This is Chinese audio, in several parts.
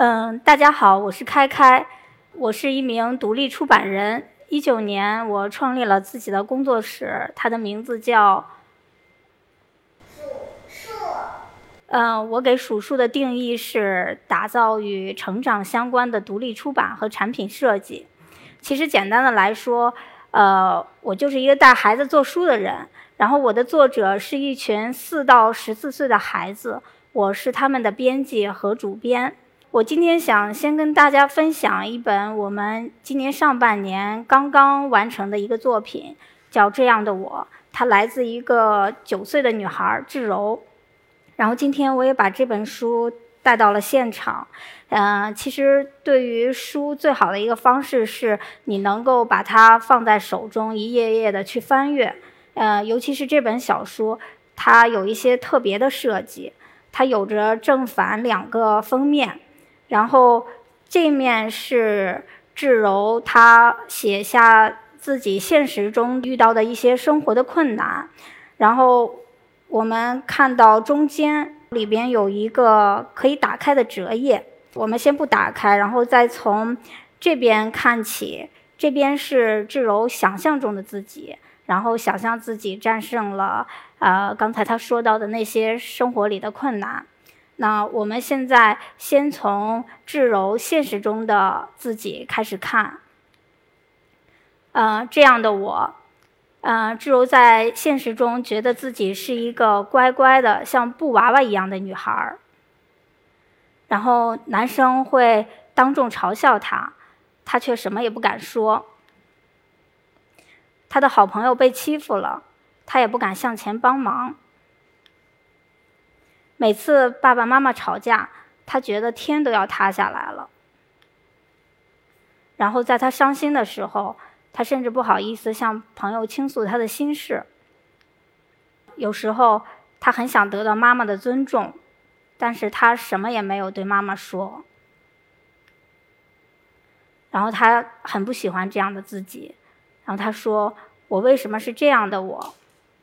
大家好，我是开开，我是一名独立出版人。19年，我创立了自己的工作室，它的名字叫数。 我给数数的定义是打造与成长相关的独立出版和产品设计。其实简单的来说，我就是一个带孩子做书的人，然后我的作者是一群4到14岁的孩子，我是他们的编辑和主编。我今天想先跟大家分享一本我们今年上半年刚刚完成的一个作品，叫《这样的我》，它来自一个9岁的女孩智柔。然后今天我也把这本书带到了现场。其实对于书最好的一个方式是你能够把它放在手中，一页页的去翻阅。尤其是这本小书，它有一些特别的设计，它有着正反2个封面。然后这面是智柔她写下自己现实中遇到的一些生活的困难，然后我们看到中间里边有一个可以打开的折页，我们先不打开，然后再从这边看起。这边是智柔想象中的自己，然后想象自己战胜了刚才他说到的那些生活里的困难。那我们现在先从智柔现实中的自己开始看。这样的我，智柔在现实中觉得自己是一个乖乖的像布娃娃一样的女孩，然后男生会当众嘲笑她，她却什么也不敢说。她的好朋友被欺负了，她也不敢向前帮忙。每次爸爸妈妈吵架，他觉得天都要塌下来了。然后在他伤心的时候，他甚至不好意思向朋友倾诉他的心事。有时候他很想得到妈妈的尊重，但是他什么也没有对妈妈说。然后他很不喜欢这样的自己，然后他说：“我为什么是这样的我？”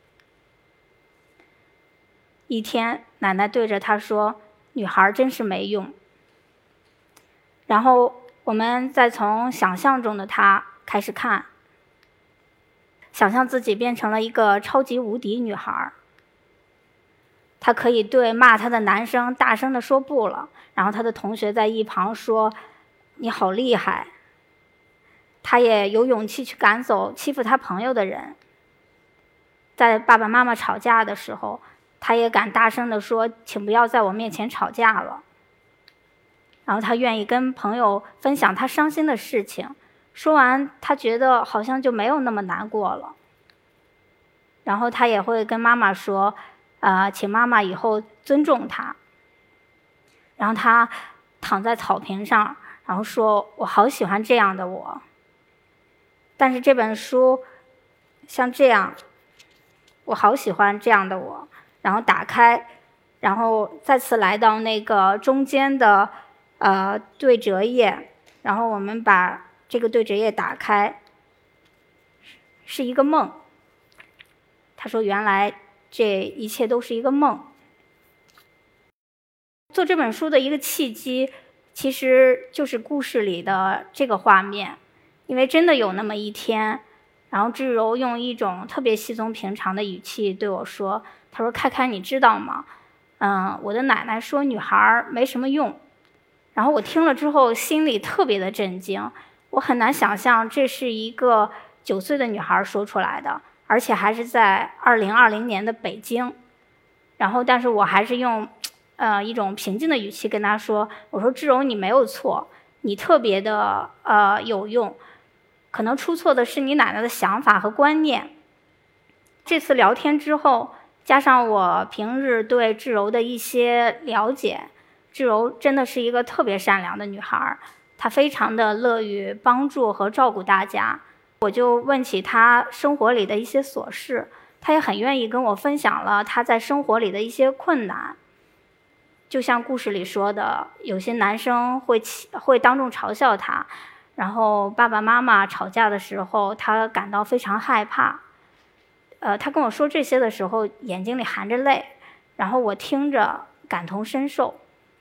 一天，奶奶对着他说：“女孩真是没用。”然后我们再从想象中的她开始看，想象自己变成了一个超级无敌女孩。她可以对骂她的男生大声地说不了，然后她的同学在一旁说：“你好厉害。”她也有勇气去赶走欺负她朋友的人。在爸爸妈妈吵架的时候，他也敢大声地说：“请不要在我面前吵架了。”然后他愿意跟朋友分享他伤心的事情，说完他觉得好像就没有那么难过了。然后他也会跟妈妈说：“请妈妈以后尊重他。”然后他躺在草坪上，然后说：“我好喜欢这样的我。”但是这本书像这样，我好喜欢这样的我。然后打开，然后再次来到那个中间的对折页，然后我们把这个对折页打开，是一个梦。他说原来这一切都是一个梦。做这本书的一个契机，其实就是故事里的这个画面。因为真的有那么一天，然后智柔用一种特别稀松平常的语气对我说，他说：“开开，你知道吗？我的奶奶说女孩没什么用。”然后我听了之后心里特别的震惊，我很难想象这是一个9岁的女孩说出来的，而且还是在2020年的北京。然后但是我还是用一种平静的语气跟她说，我说：“智柔，你没有错，你特别的有用，可能出错的是你奶奶的想法和观念。”这次聊天之后，加上我平日对智柔的一些了解，智柔真的是一个特别善良的女孩，她非常的乐于帮助和照顾大家。我就问起她生活里的一些琐事，她也很愿意跟我分享了她在生活里的一些困难。就像故事里说的，有些男生会当众嘲笑她，然后爸爸妈妈吵架的时候，她感到非常害怕。他跟我说这些的时候，眼睛里含着泪，然后我听着感同身受。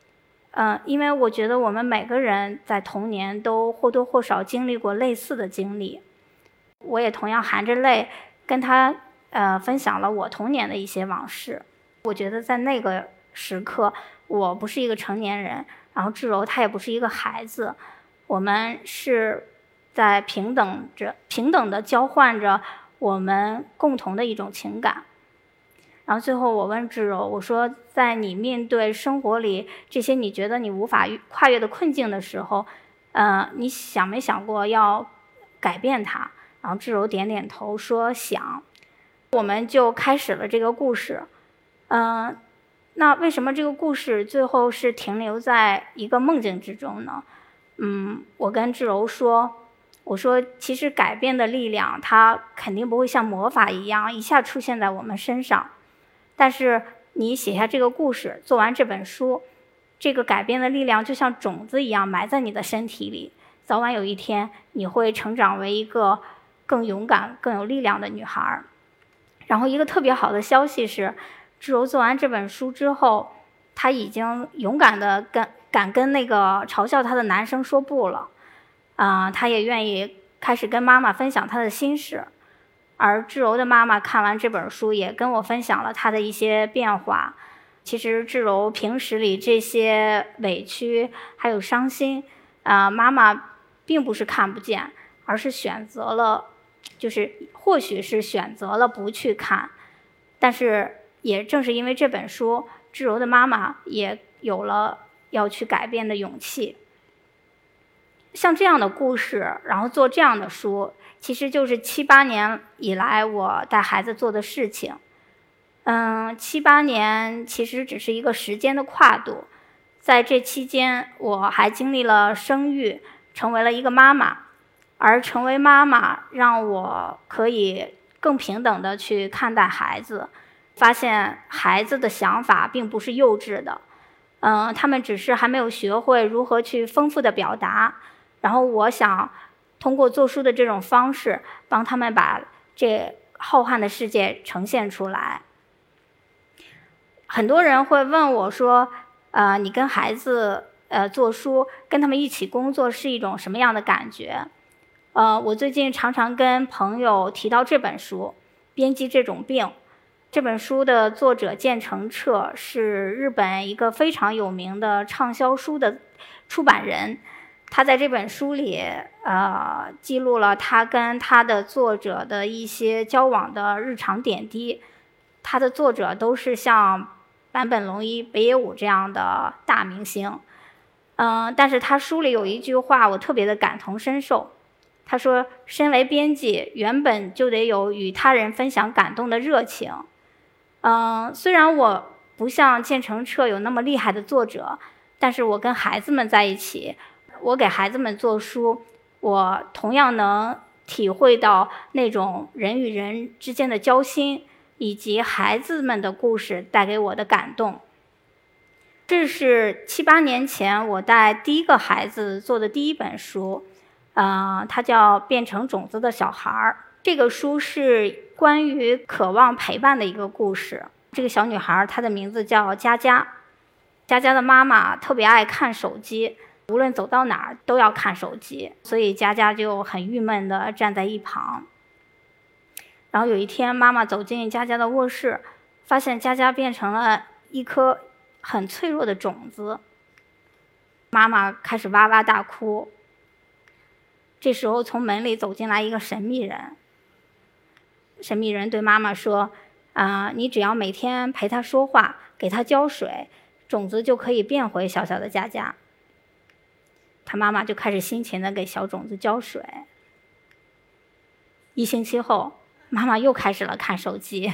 因为我觉得我们每个人在童年都或多或少经历过类似的经历。我也同样含着泪跟他分享了我童年的一些往事。我觉得在那个时刻，我不是一个成年人，然后志柔他也不是一个孩子，我们是在平等的交换着我们共同的一种情感。然后最后我问志柔，我说在你面对生活里这些你觉得你无法跨越的困境的时候，你想没想过要改变它？然后志柔点点头说想。我们就开始了这个故事。那为什么这个故事最后是停留在一个梦境之中呢？我跟志柔说，我说其实改变的力量它肯定不会像魔法一样一下出现在我们身上，但是你写下这个故事，做完这本书，这个改变的力量就像种子一样埋在你的身体里，早晚有一天你会成长为一个更勇敢更有力量的女孩。然后一个特别好的消息是，志柔做完这本书之后，她已经勇敢地敢跟那个嘲笑她的男生说不了。她也愿意开始跟妈妈分享她的心事。而志柔的妈妈看完这本书，也跟我分享了她的一些变化。其实志柔平时里这些委屈还有伤心，妈妈并不是看不见，而是选择了，就是或许是选择了不去看。但是也正是因为这本书，志柔的妈妈也有了要去改变的勇气。像这样的故事，然后做这样的书，其实就是7、8年以来我带孩子做的事情。7、8年其实只是一个时间的跨度，在这期间我还经历了生育，成为了一个妈妈。而成为妈妈让我可以更平等地去看待孩子，发现孩子的想法并不是幼稚的，他们只是还没有学会如何去丰富的表达。然后我想通过做书的这种方式，帮他们把这浩瀚的世界呈现出来。很多人会问我说，你跟孩子做书，跟他们一起工作是一种什么样的感觉？我最近常常跟朋友提到这本书《编辑这种病》。这本书的作者见成彻是日本一个非常有名的畅销书的出版人。他在这本书里记录了他跟他的作者的一些交往的日常点滴。他的作者都是像坂本龙一、北野武这样的大明星。但是他书里有一句话我特别的感同身受。他说，身为编辑原本就得有与他人分享感动的热情。虽然我不像见成彻有那么厉害的作者，但是我跟孩子们在一起，我给孩子们做书，我同样能体会到那种人与人之间的交心，以及孩子们的故事带给我的感动。这是7、8年前我带第一个孩子做的第一本书，它叫《变成种子的小孩》。这个书是关于渴望陪伴的一个故事。这个小女孩她的名字叫佳佳。佳佳的妈妈特别爱看手机，无论走到哪儿都要看手机，所以佳佳就很郁闷地站在一旁。然后有一天，妈妈走进佳佳的卧室，发现佳佳变成了一颗很脆弱的种子。妈妈开始哇哇大哭。这时候从门里走进来一个神秘人。神秘人对妈妈说，你只要每天陪他说话，给他浇水，种子就可以变回小小的佳佳。他妈妈就开始辛勤地给小种子浇水。1星期后，妈妈又开始了看手机。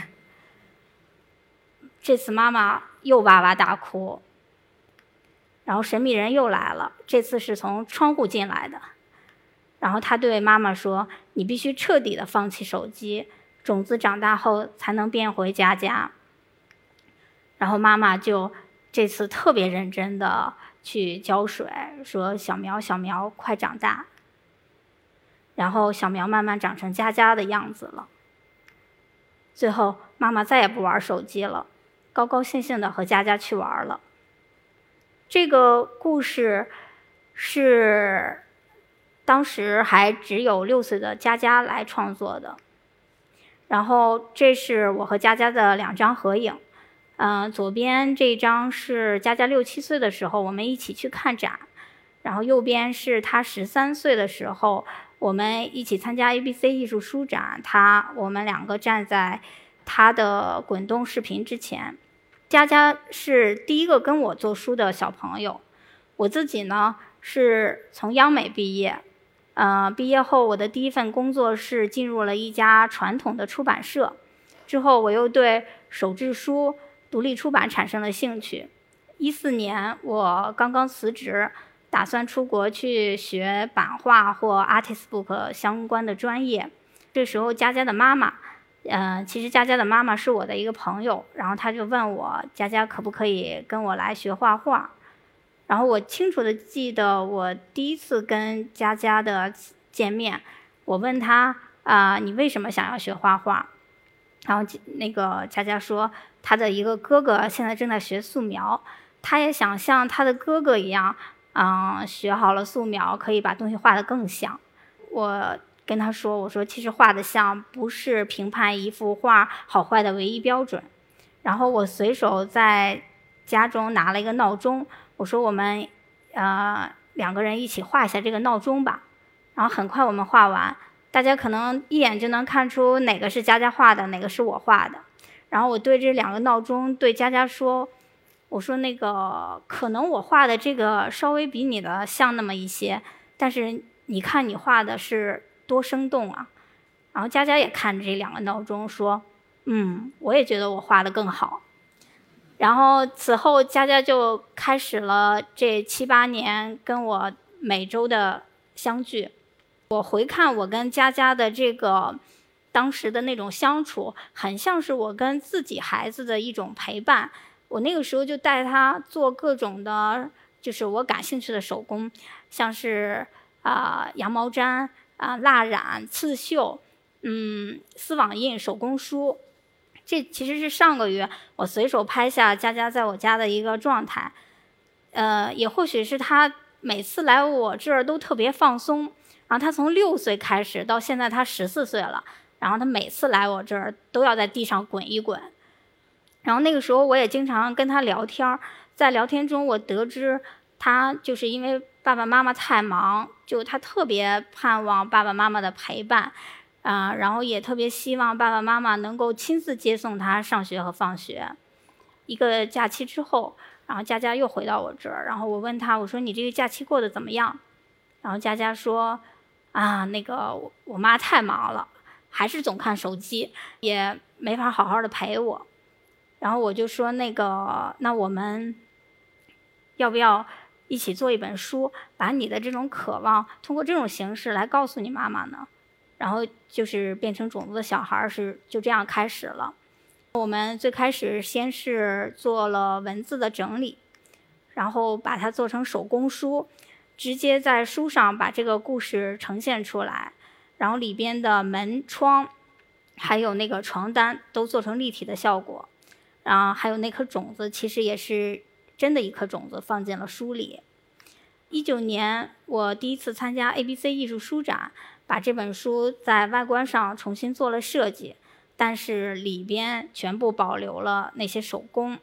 这次妈妈又哇哇大哭。然后神秘人又来了，这次是从窗户进来的。然后他对妈妈说，你必须彻底地放弃手机，种子长大后才能变回佳佳。然后妈妈就这次特别认真地去浇水，说小苗小苗快长大。然后小苗慢慢长成佳佳的样子了。最后妈妈再也不玩手机了，高高兴兴地和佳佳去玩了。 这个故事是当时还只有6岁的佳佳来创作的。然后这是我和佳佳的2张合影，左边这张是佳佳6、7岁的时候，我们一起去看展，然后右边是她13岁的时候，我们一起参加 ABC 艺术书展，我们2个站在她的滚动视频之前。佳佳是第一个跟我做书的小朋友，我自己呢是从央美毕业。毕业后我的第一份工作是进入了一家传统的出版社，之后我又对手制书、独立出版产生了兴趣。14年我刚刚辞职，打算出国去学版画或 artist book 相关的专业。这时候佳佳的妈妈，其实佳佳的妈妈是我的一个朋友，然后她就问我佳佳可不可以跟我来学画画。然后我清楚地记得我第一次跟佳佳的见面，我问她你为什么想要学画画？然后那个佳佳说她的一个哥哥现在正在学素描，她也想像她的哥哥一样，学好了素描可以把东西画得更像。我跟她说，我说其实画得像不是评判一幅画好坏的唯一标准。然后我随手在家中拿了一个闹钟，我说我们2个人一起画一下这个闹钟吧。然后很快我们画完，大家可能一眼就能看出哪个是佳佳画的，哪个是我画的。然后我对这2个闹钟对佳佳说，我说那个可能我画的这个稍微比你的像那么一些，但是你看你画的是多生动啊。然后佳佳也看着这2个闹钟说，我也觉得我画得更好。然后此后佳佳就开始了这7、8年跟我每周的相聚。我回看我跟佳佳的这个当时的那种相处，很像是我跟自己孩子的一种陪伴。我那个时候就带她做各种的就是我感兴趣的手工，像是羊毛毡、蜡染、刺绣、丝网印、手工书。这其实是上个月我随手拍下佳佳在我家的一个状态，也或许是她每次来我这儿都特别放松。然后她从6岁开始到现在她14岁了，然后她每次来我这儿都要在地上滚一滚。然后那个时候我也经常跟她聊天，在聊天中我得知她就是因为爸爸妈妈太忙，就她特别盼望爸爸妈妈的陪伴。然后也特别希望爸爸妈妈能够亲自接送他上学和放学。一个假期之后，然后佳佳又回到我这儿，然后我问她，我说你这个假期过得怎么样？然后佳佳说，那个我妈太忙了，还是总看手机，也没法好好的陪我。然后我就说那我们要不要一起做一本书，把你的这种渴望通过这种形式来告诉你妈妈呢？然后就是变成种子的小孩就这样开始了。我们最开始先是做了文字的整理，然后把它做成手工书，直接在书上把这个故事呈现出来，然后里边的门窗还有那个床单都做成立体的效果，然后还有那颗种子其实也是真的一颗种子放进了书里。19年我第一次参加 ABC 艺术书展，把这本书在外观上重新做了设计，但是里边全部保留了那些手工。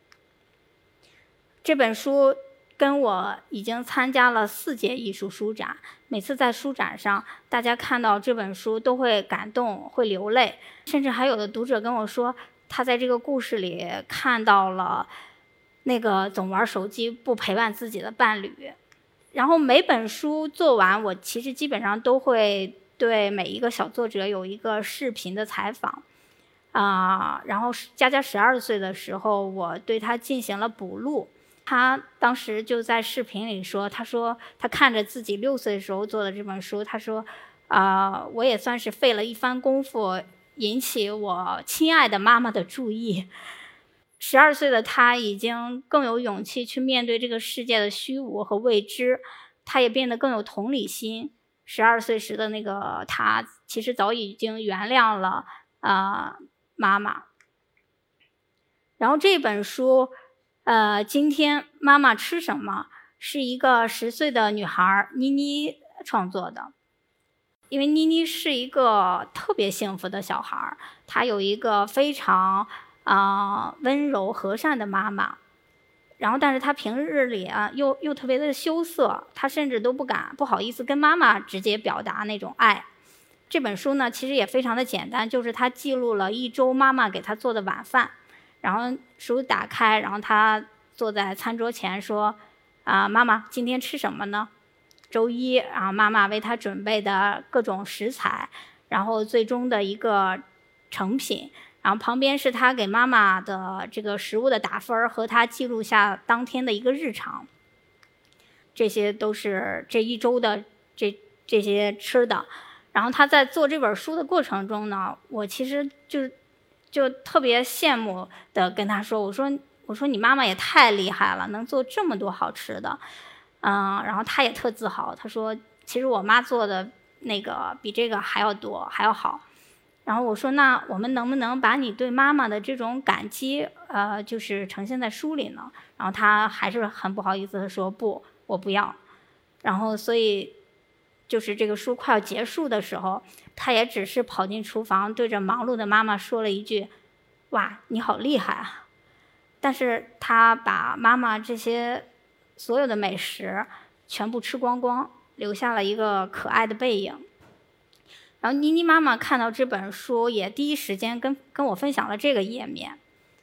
这本书跟我已经参加了4届艺术书展，每次在书展上，大家看到这本书都会感动，会流泪，甚至还有的读者跟我说，他在这个故事里看到了那个总玩手机不陪伴自己的伴侣。然后每本书做完，我其实基本上都会对每一个小作者有一个视频的采访。然后佳佳12岁的时候，我对她进行了补录。她当时就在视频里说，她说她看着自己6岁的时候做的这本书，她说我也算是费了一番功夫，引起我亲爱的妈妈的注意。12岁的他已经更有勇气去面对这个世界的虚无和未知，他也变得更有同理心。12岁时的那个他，其实早已经原谅了妈妈。然后这本书今天妈妈吃什么？是一个10岁的女孩妮妮创作的。因为妮妮是一个特别幸福的小孩，她有一个非常温柔和善的妈妈，然后但是她平日里又特别的羞涩，她甚至都不好意思跟妈妈直接表达那种爱。这本书呢其实也非常的简单，就是她记录了一周妈妈给她做的晚饭，然后书打开，然后她坐在餐桌前说妈妈今天吃什么呢？周一，然后妈妈为她准备的各种食材，然后最终的一个成品，然后旁边是她给妈妈的这个食物的打分和她记录下当天的一个日常。这些都是这一周的这些吃的。然后她在做这本书的过程中呢，我其实就特别羡慕的跟她说，我说你妈妈也太厉害了，能做这么多好吃的。然后他也特自豪，他说其实我妈做的那个比这个还要多还要好。然后我说那我们能不能把你对妈妈的这种感激就是呈现在书里呢？然后他还是很不好意思的说不，我不要。然后所以就是这个书快要结束的时候，他也只是跑进厨房对着忙碌的妈妈说了一句哇你好厉害啊。但是他把妈妈这些所有的美食全部吃光光，留下了一个可爱的背影。然后妮妮妈妈看到这本书，也第一时间跟我分享了这个页面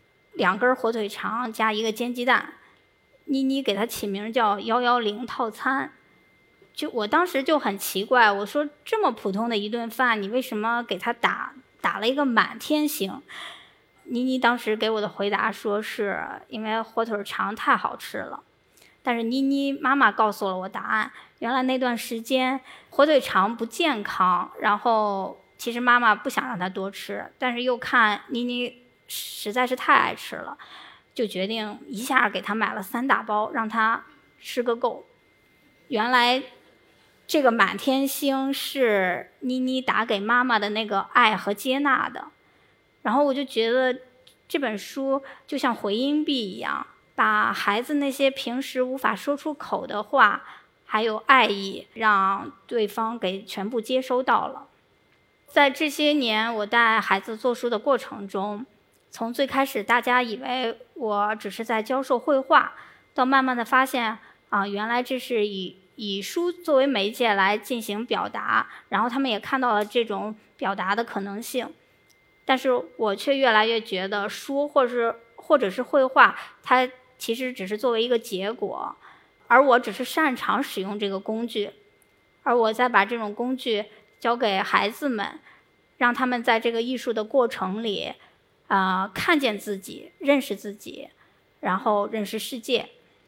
：2根火腿肠加1个煎鸡蛋。妮妮给它起名叫110套餐。我当时就很奇怪，我说这么普通的一顿饭，你为什么给它打了一个满天星？妮妮当时给我的回答说是因为火腿肠太好吃了。但是妮妮妈妈告诉了我答案，原来那段时间火腿肠不健康，然后其实妈妈不想让她多吃，但是又看妮妮实在是太爱吃了，就决定一下给她买了3大包，让她吃个够。原来这个满天星是妮妮打给妈妈的那个爱和接纳的。然后我就觉得这本书就像回音壁一样，把孩子那些平时无法说出口的话还有爱意让对方给全部接收到了。在这些年我带孩子做书的过程中，从最开始大家以为我只是在教授绘画，到慢慢的发现原来这是以书作为媒介来进行表达，然后他们也看到了这种表达的可能性。但是我却越来越觉得书或者是绘画，它其实只是作为一个结果，而我只是擅长使用这个工具，而我再把这种工具交给孩子们，让他们在这个艺术的过程里看见自己，认识自己，然后认识世界。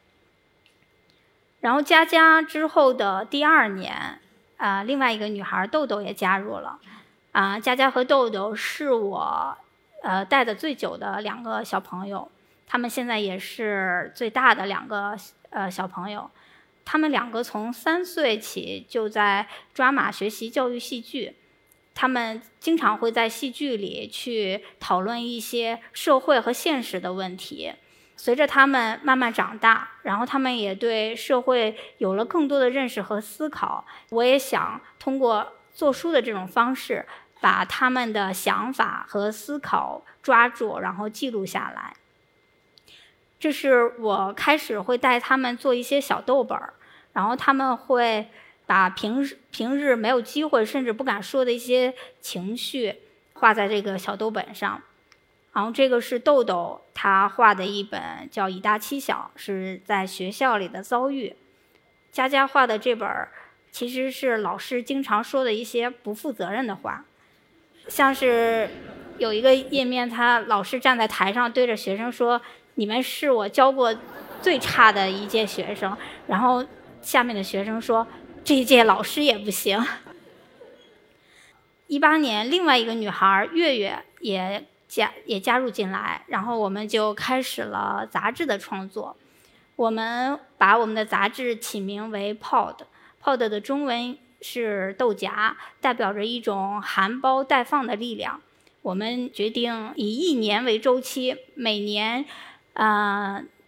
然后佳佳之后的第2年另外一个女孩豆豆也加入了。佳佳和豆豆是我带的最久的2个小朋友，他们现在也是最大的2个小朋友。他们2个从3岁起就在抓马学习教育戏剧，他们经常会在戏剧里去讨论一些社会和现实的问题。随着他们慢慢长大，然后他们也对社会有了更多的认识和思考。我也想通过做书的这种方式，把他们的想法和思考抓住，然后记录下来。这是我开始会带他们做一些小豆本，然后他们会把平日没有机会甚至不敢说的一些情绪画在这个小豆本上。然后这个是豆豆他画的一本叫《以大欺小》，是在学校里的遭遇。佳佳画的这本其实是老师经常说的一些不负责任的话，像是有一个页面，他老师站在台上对着学生说，你们是我教过最差的一届学生，然后下面的学生说这一届老师也不行。18年另外一个女孩月月也加入进来，然后我们就开始了杂志的创作。我们把我们的杂志起名为 Pod 的中文是豆荚，代表着一种含苞待放的力量。我们决定以1年为周期，每年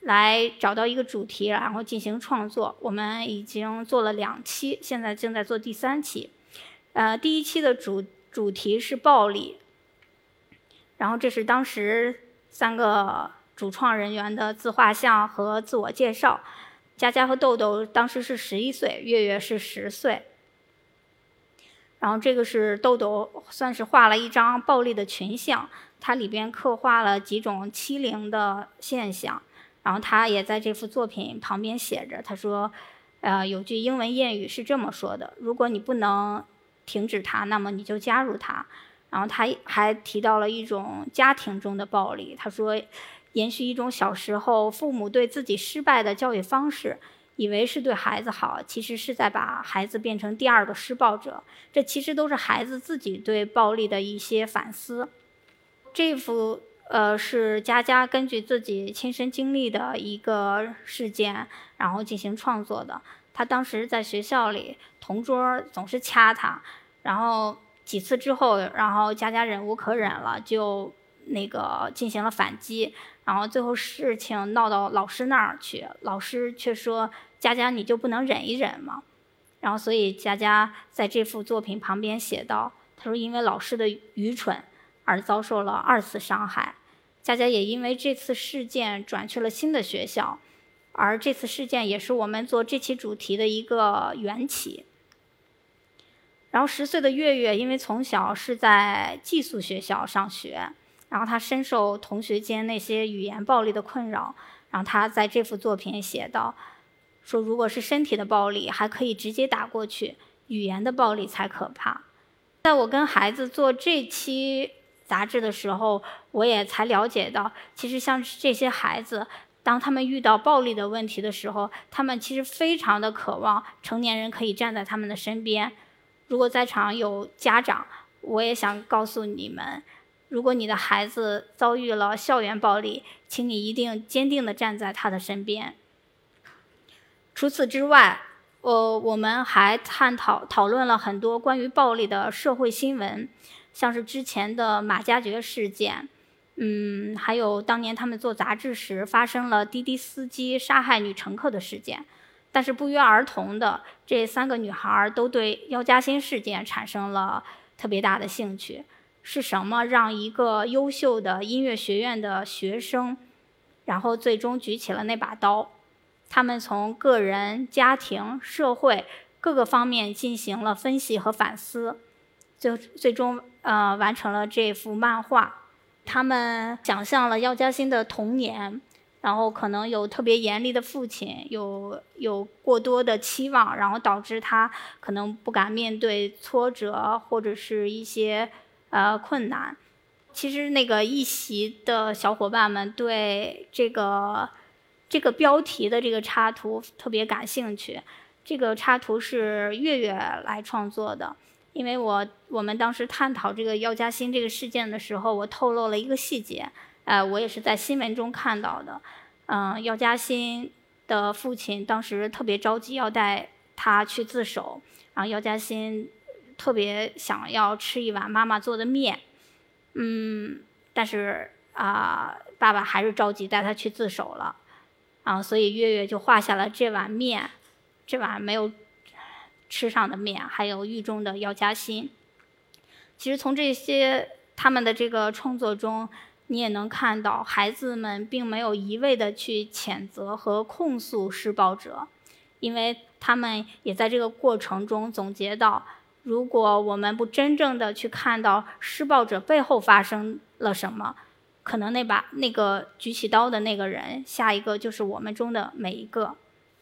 来找到一个主题，然后进行创作。我们已经做了2期，现在正在做第3期。第1期的主题是暴力，然后这是当时3个主创人员的自画像和自我介绍。佳佳和豆豆当时是11岁，月月是10岁。然后这个是豆豆算是画了一张暴力的群像，它里边刻画了几种欺凌的现象。然后他也在这幅作品旁边写着，他说有句英文谚语是这么说的，如果你不能停止它，那么你就加入它。然后他还提到了一种家庭中的暴力，他说延续一种小时候父母对自己失败的教育方式，以为是对孩子好，其实是在把孩子变成第2个施暴者。这其实都是孩子自己对暴力的一些反思。这幅是佳佳根据自己亲身经历的一个事件，然后进行创作的。他当时在学校里，同桌总是掐他，然后几次之后，然后佳佳忍无可忍了，就进行了反击，然后最后事情闹到老师那儿去，老师却说：“佳佳，你就不能忍一忍吗？”然后所以佳佳在这幅作品旁边写道：“他说因为老师的愚蠢而遭受了2次伤害。”佳佳也因为这次事件转去了新的学校，而这次事件也是我们做这期主题的一个缘起。然后10岁的月月因为从小是在寄宿学校上学，然后他深受同学间那些语言暴力的困扰，然后他在这幅作品写道说，如果是身体的暴力还可以直接打过去，语言的暴力才可怕。在我跟孩子做这期杂志的时候，我也才了解到，其实像这些孩子，当他们遇到暴力的问题的时候，他们其实非常的渴望成年人可以站在他们的身边。如果在场有家长，我也想告诉你们，如果你的孩子遭遇了校园暴力，请你一定坚定地站在他的身边。除此之外，我们还讨论了很多关于暴力的社会新闻，像是之前的马加爵事件，还有当年他们做杂志时发生了滴滴司机杀害女乘客的事件。但是不约而同的，这3个女孩都对姚嘉欣事件产生了特别大的兴趣。是什么让一个优秀的音乐学院的学生，然后最终举起了那把刀？他们从个人、家庭、社会各个方面进行了分析和反思，最终完成了这幅漫画。他们想象了姚嘉欣的童年，然后可能有特别严厉的父亲，有过多的期望，然后导致他可能不敢面对挫折或者是一些困难。其实那个一席的小伙伴们对这个标题的这个插图特别感兴趣。这个插图是月月来创作的，因为我们当时探讨这个姚嘉欣这个事件的时候，我透露了一个细节，我也是在新闻中看到的。姚嘉欣的父亲当时特别着急要带他去自首，然后姚嘉欣特别想要吃一碗妈妈做的面，但是爸爸还是着急带他去自首了，所以月月就画下了这碗面，这碗没有吃上的面，还有狱中的姚嘉欣。其实从这些他们的这个创作中，你也能看到孩子们并没有一味的去谴责和控诉施暴者，因为他们也在这个过程中总结到，如果我们不真正的去看到施暴者背后发生了什么，可能那个举起刀的那个人，下一个就是我们中的每一个。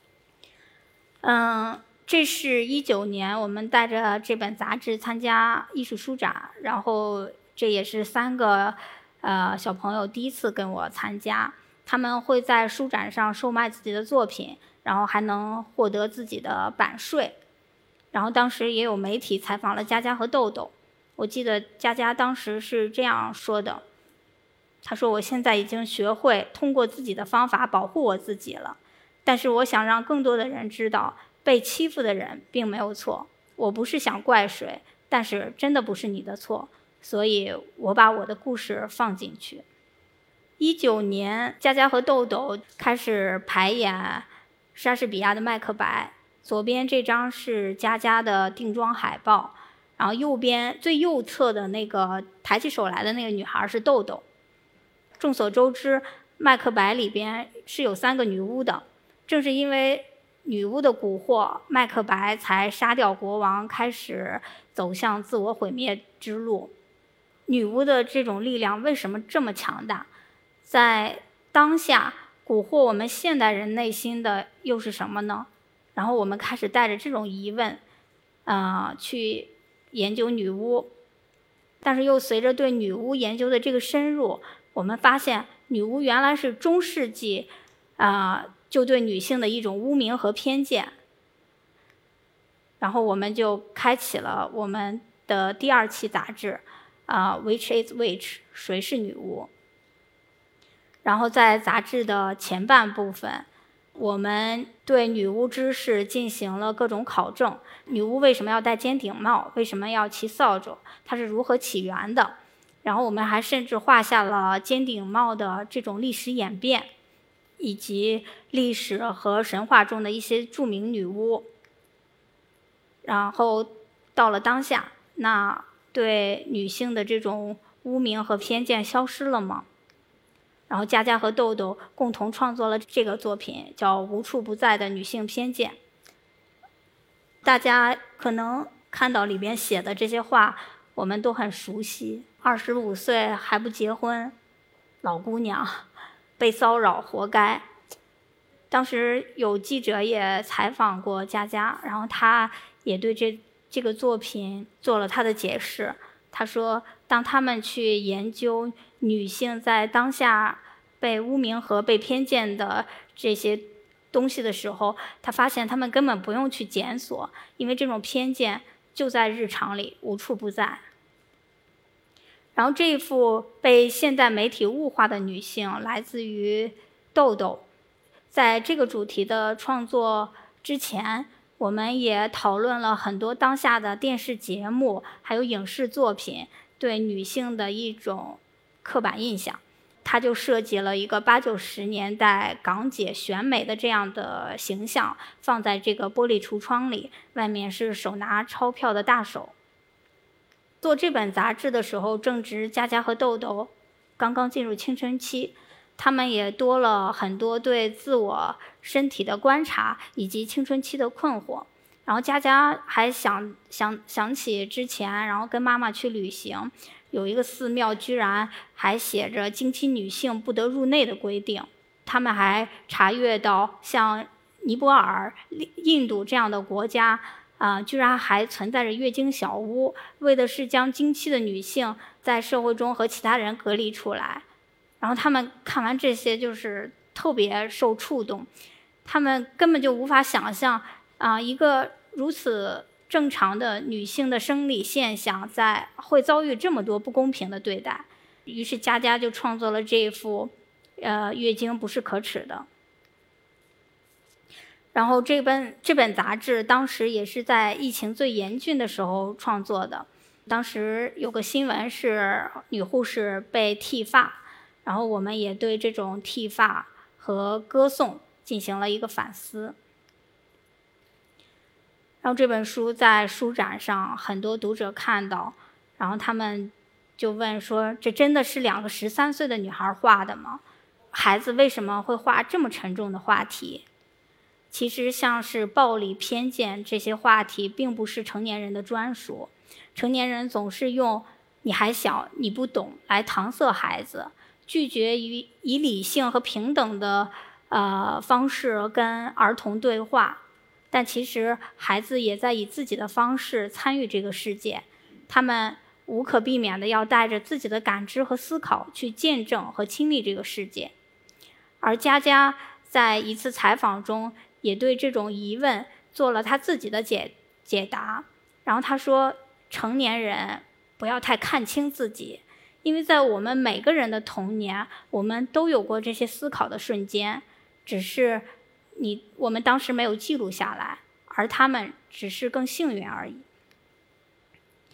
这是19年我们带着这本杂志参加艺术书展，然后这也是3个小朋友第一次跟我参加。他们会在书展上售卖自己的作品，然后还能获得自己的版税。然后当时也有媒体采访了佳佳和豆豆，我记得佳佳当时是这样说的，她说我现在已经学会通过自己的方法保护我自己了，但是我想让更多的人知道，被欺负的人并没有错，我不是想怪谁，但是真的不是你的错，所以我把我的故事放进去。 19年，佳佳和豆豆开始排演莎士比亚的《麦克白》。左边这张是佳佳的定妆海报，然后右边最右侧的那个抬起手来的那个女孩是豆豆。众所周知，《麦克白》里边是有3个女巫的，正是因为女巫的蛊惑，麦克白才杀掉国王，开始走向自我毁灭之路。女巫的这种力量为什么这么强大？在当下蛊惑我们现代人内心的又是什么呢？然后我们开始带着这种疑问去研究女巫，但是又随着对女巫研究的这个深入，我们发现女巫原来是中世纪就对女性的一种污名和偏见。然后我们就开启了我们的第2期杂志Which is Witch？ 谁是女巫？然后在杂志的前半部分，我们对女巫知识进行了各种考证。女巫为什么要戴尖顶帽？为什么要骑扫帚？它是如何起源的？然后我们还甚至画下了尖顶帽的这种历史演变，以及历史和神话中的一些著名女巫。然后到了当下，那对女性的这种污名和偏见消失了吗？然后佳佳和豆豆共同创作了这个作品，叫《无处不在的女性偏见》。大家可能看到里边写的这些话，我们都很熟悉。25岁还不结婚，老姑娘，被骚扰活该。当时有记者也采访过佳佳，然后她也对这个作品做了她的解释。她说，当他们去研究女性在当下被污名和被偏见的这些东西的时候，她发现他们根本不用去检索，因为这种偏见就在日常里，无处不在。然后这一幅被现代媒体物化的女性来自于豆豆。在这个主题的创作之前，我们也讨论了很多当下的电视节目还有影视作品对女性的一种刻板印象。他就设计了一个80、90年代港姐选美的这样的形象，放在这个玻璃橱窗里，外面是手拿钞票的大手。做这本杂志的时候，正值佳佳和豆豆刚刚进入青春期，他们也多了很多对自我身体的观察以及青春期的困惑。然后佳佳还想起之前，然后跟妈妈去旅行，有一个寺庙居然还写着经期女性不得入内的规定。他们还查阅到像尼泊尔、印度这样的国家居然还存在着月经小屋，为的是将经期的女性在社会中和其他人隔离出来。然后他们看完这些就是特别受触动，他们根本就无法想象一个如此正常的女性的生理现象会遭遇这么多不公平的对待。于是佳佳就创作了这一幅月经不是可耻的。然后这本杂志当时也是在疫情最严峻的时候创作的。当时有个新闻是女护士被剃发，然后我们也对这种剃发和歌颂进行了一个反思。然后这本书在书展上很多读者看到，然后他们就问说，这真的是2个13岁的女孩画的吗？孩子为什么会画这么沉重的话题？其实像是暴力、偏见这些话题并不是成年人的专属，成年人总是用你还小你不懂来搪塞孩子，拒绝以理性和平等的方式跟儿童对话。但其实孩子也在以自己的方式参与这个世界，他们无可避免的要带着自己的感知和思考去见证和亲历这个世界。而佳佳在一次采访中也对这种疑问做了他自己的解答。然后他说，成年人不要太看清自己，因为在我们每个人的童年，我们都有过这些思考的瞬间，只是我们当时没有记录下来，而他们只是更幸运而已。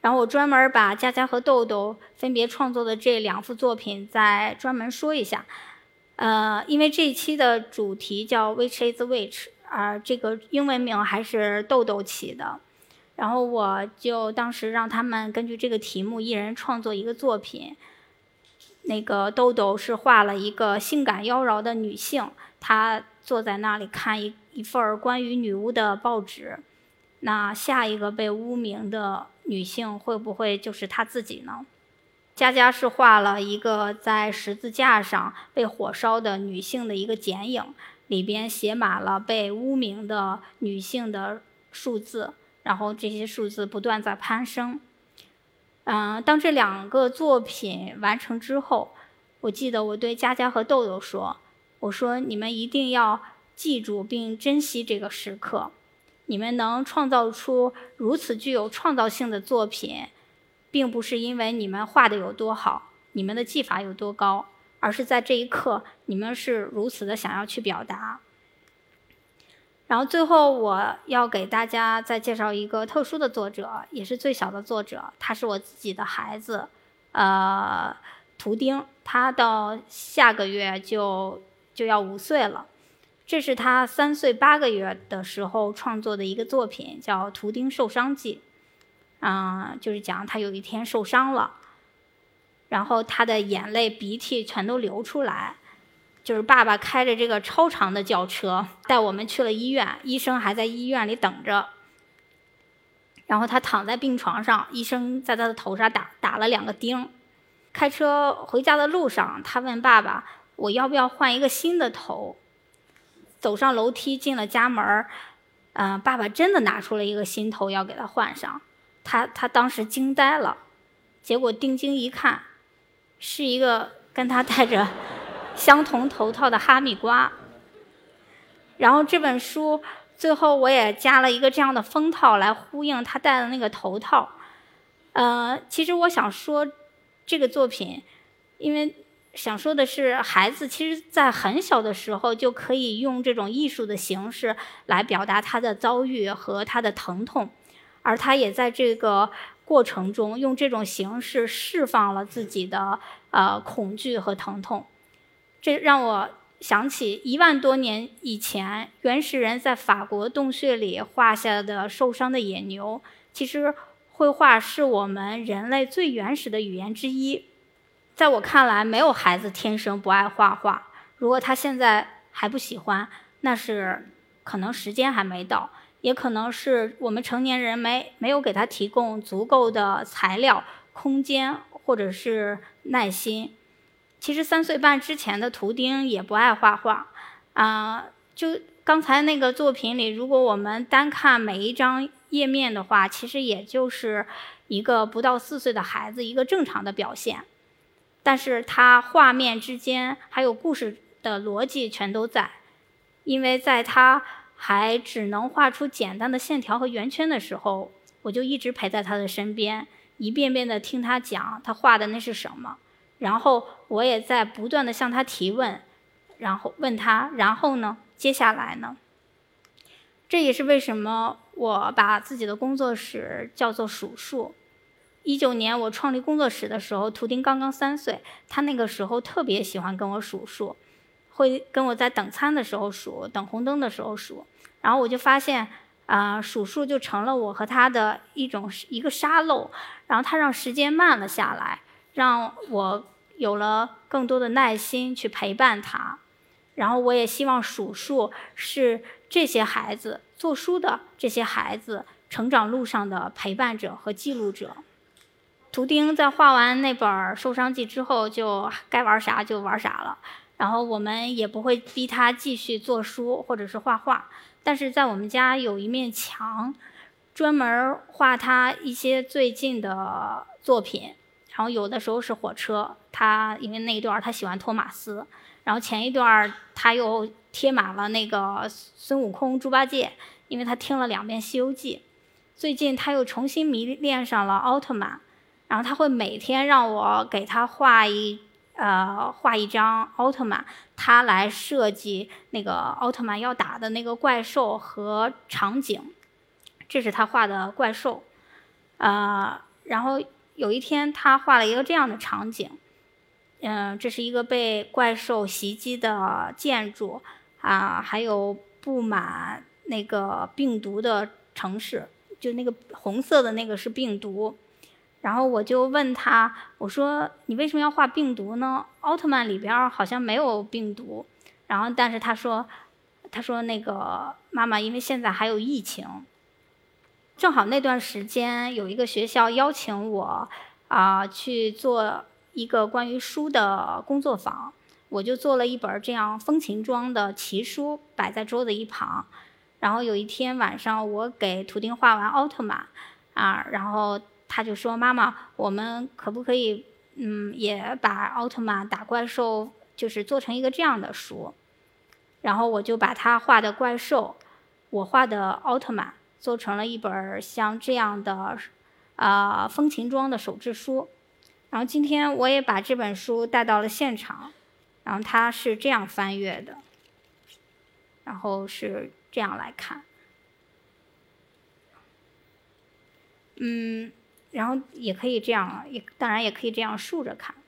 然后我专门把佳佳和豆豆分别创作的这2幅作品再专门说一下。因为这一期的主题叫 Which is which， 这个英文名还是豆豆起的。然后我就当时让他们根据这个题目一人创作一个作品。那个豆豆是画了一个性感妖娆的女性，她坐在那里看一份关于女巫的报纸。那下一个被污名的女性会不会就是她自己呢？佳佳是画了一个在十字架上被火烧的女性的一个剪影，里边写满了被污名的女性的数字，然后这些数字不断在攀升。当这2个作品完成之后，我记得我对佳佳和豆豆说，我说你们一定要记住并珍惜这个时刻。你们能创造出如此具有创造性的作品，并不是因为你们画的有多好，你们的技法有多高，而是在这一刻你们是如此的想要去表达。然后最后我要给大家再介绍一个特殊的作者，也是最小的作者，他是我自己的孩子，图丁，他到下个月就要5岁了。这是他3岁8个月的时候创作的一个作品，叫《图丁受伤记》。就是讲他有一天受伤了，然后他的眼泪鼻涕全都流出来，就是爸爸开着这个超长的轿车带我们去了医院，医生还在医院里等着。然后他躺在病床上，医生在他的头上打了2个钉。开车回家的路上，他问爸爸，我要不要换一个新的头？走上楼梯进了家门，爸爸真的拿出了一个新头要给他换上。他当时惊呆了，结果定睛一看，是一个跟他戴着相同头套的哈密瓜。然后这本书最后我也加了一个这样的封套来呼应他戴的那个头套。其实我想说这个作品，因为想说的是，孩子其实在很小的时候就可以用这种艺术的形式来表达他的遭遇和他的疼痛，而他也在这个过程中用这种形式释放了自己的恐惧和疼痛。这让我想起1万多年以前原始人在法国洞穴里画下的受伤的野牛。其实绘画是我们人类最原始的语言之一。在我看来，没有孩子天生不爱画画，如果他现在还不喜欢，那是可能时间还没到，也可能是我们成年人没有给他提供足够的材料、空间或者是耐心。其实3岁半之前的图丁也不爱画画，就刚才那个作品里，如果我们单看每一张页面的话，其实也就是一个不到4岁的孩子一个正常的表现。但是他画面之间还有故事的逻辑全都在，因为在他还只能画出简单的线条和圆圈的时候，我就一直陪在他的身边，一遍遍地听他讲他画的那是什么，然后我也在不断地向他提问，然后问他，然后呢，接下来呢？这也是为什么我把自己的工作室叫做数数。19年我创立工作室的时候，图丁刚刚3岁，他那个时候特别喜欢跟我数数，会跟我在等餐的时候数，等红灯的时候数。然后我就发现数数就成了我和他的一个沙漏，然后他让时间慢了下来，让我有了更多的耐心去陪伴他。然后我也希望数数是这些孩子做书的这些孩子成长路上的陪伴者和记录者。图丁在画完那本《受伤记》之后，就该玩啥就玩啥了，然后我们也不会逼他继续做书或者是画画。但是在我们家有一面墙，专门画他一些最近的作品，然后有的时候是火车，他因为那一段他喜欢托马斯，然后前一段他又贴满了那个孙悟空、猪八戒，因为他听了2遍《西游记》。最近他又重新迷恋上了奥特曼，然后他会每天让我给他画一张奥特曼，他来设计那个奥特曼要打的那个怪兽和场景。这是他画的怪兽。 然后有一天他画了一个这样的场景，这是一个被怪兽袭击的建筑还有布满那个病毒的城市，就那个红色的那个是病毒。然后我就问他，我说你为什么要画病毒呢？奥特曼里边好像没有病毒。然后但是他说那个妈妈，因为现在还有疫情。正好那段时间有一个学校邀请我去做一个关于书的工作坊，我就做了一本这样风琴装的奇书摆在桌子一旁。然后有一天晚上我给图钉画完奥特曼然后他就说，妈妈，我们可不可以也把奥特曼打怪兽就是做成一个这样的书。然后我就把他画的怪兽，我画的奥特曼做成了一本像这样的风琴装的手制书。然后今天我也把这本书带到了现场，然后它是这样翻阅的，然后是这样来看。然后也可以这样，当然也可以这样竖着看。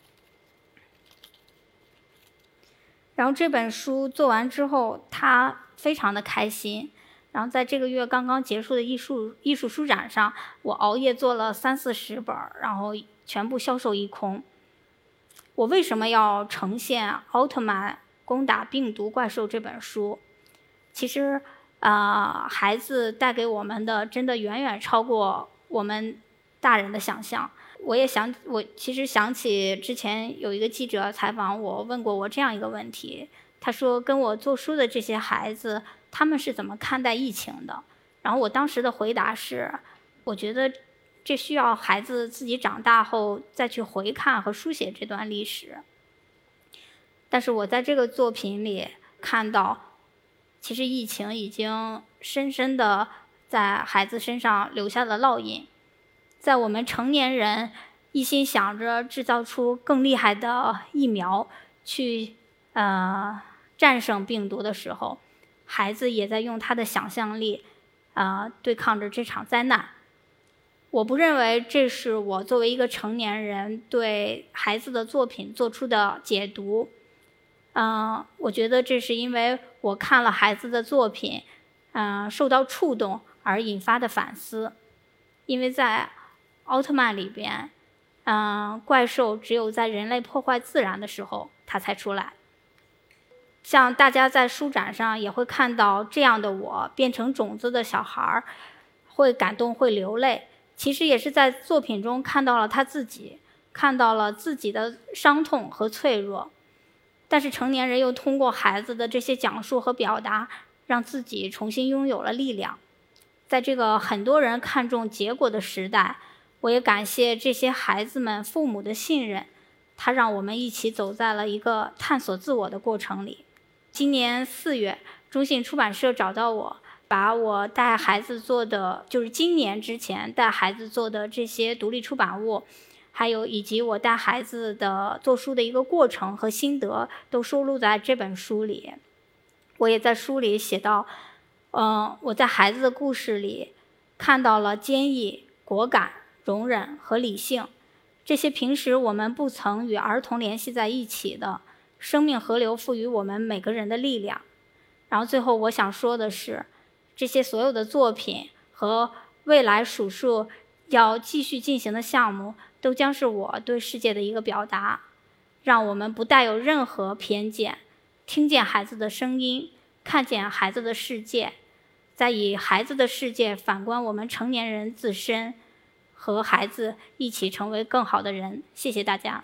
然后这本书做完之后，他非常的开心。然后在这个月刚刚结束的艺术书展上，我熬夜做了30-40本，然后全部销售一空。我为什么要呈现《奥特曼攻打病毒怪兽》这本书？其实孩子带给我们的真的远远超过我们大人的想象。我其实想起之前有一个记者采访我，问过我这样一个问题，他说跟我做书的这些孩子，他们是怎么看待疫情的？然后我当时的回答是，我觉得这需要孩子自己长大后再去回看和书写这段历史。但是我在这个作品里看到，其实疫情已经深深地在孩子身上留下了烙印。在我们成年人一心想着制造出更厉害的疫苗去战胜病毒的时候，孩子也在用他的想象力对抗着这场灾难。我不认为这是我作为一个成年人对孩子的作品做出的解读。我觉得这是因为我看了孩子的作品受到触动而引发的反思。因为在奥特曼里边怪兽只有在人类破坏自然的时候它才出来。像大家在书展上也会看到这样的我变成种子的小孩，会感动会流泪，其实也是在作品中看到了他自己，看到了自己的伤痛和脆弱。但是成年人又通过孩子的这些讲述和表达，让自己重新拥有了力量。在这个很多人看重结果的时代，我也感谢这些孩子们父母的信任，它让我们一起走在了一个探索自我的过程里。今年4月，中信出版社找到我，把我带孩子做的，就是今年之前带孩子做的这些独立出版物，还有以及我带孩子的做书的一个过程和心得，都收录在这本书里。我也在书里写到，我在孩子的故事里看到了坚毅、果敢、容忍和理性，这些平时我们不曾与儿童联系在一起的生命河流赋予我们每个人的力量。然后最后我想说的是，这些所有的作品和未来数数要继续进行的项目，都将是我对世界的一个表达。让我们不带有任何偏见，听见孩子的声音，看见孩子的世界，再以孩子的世界反观我们成年人自身，和孩子一起成为更好的人。谢谢大家。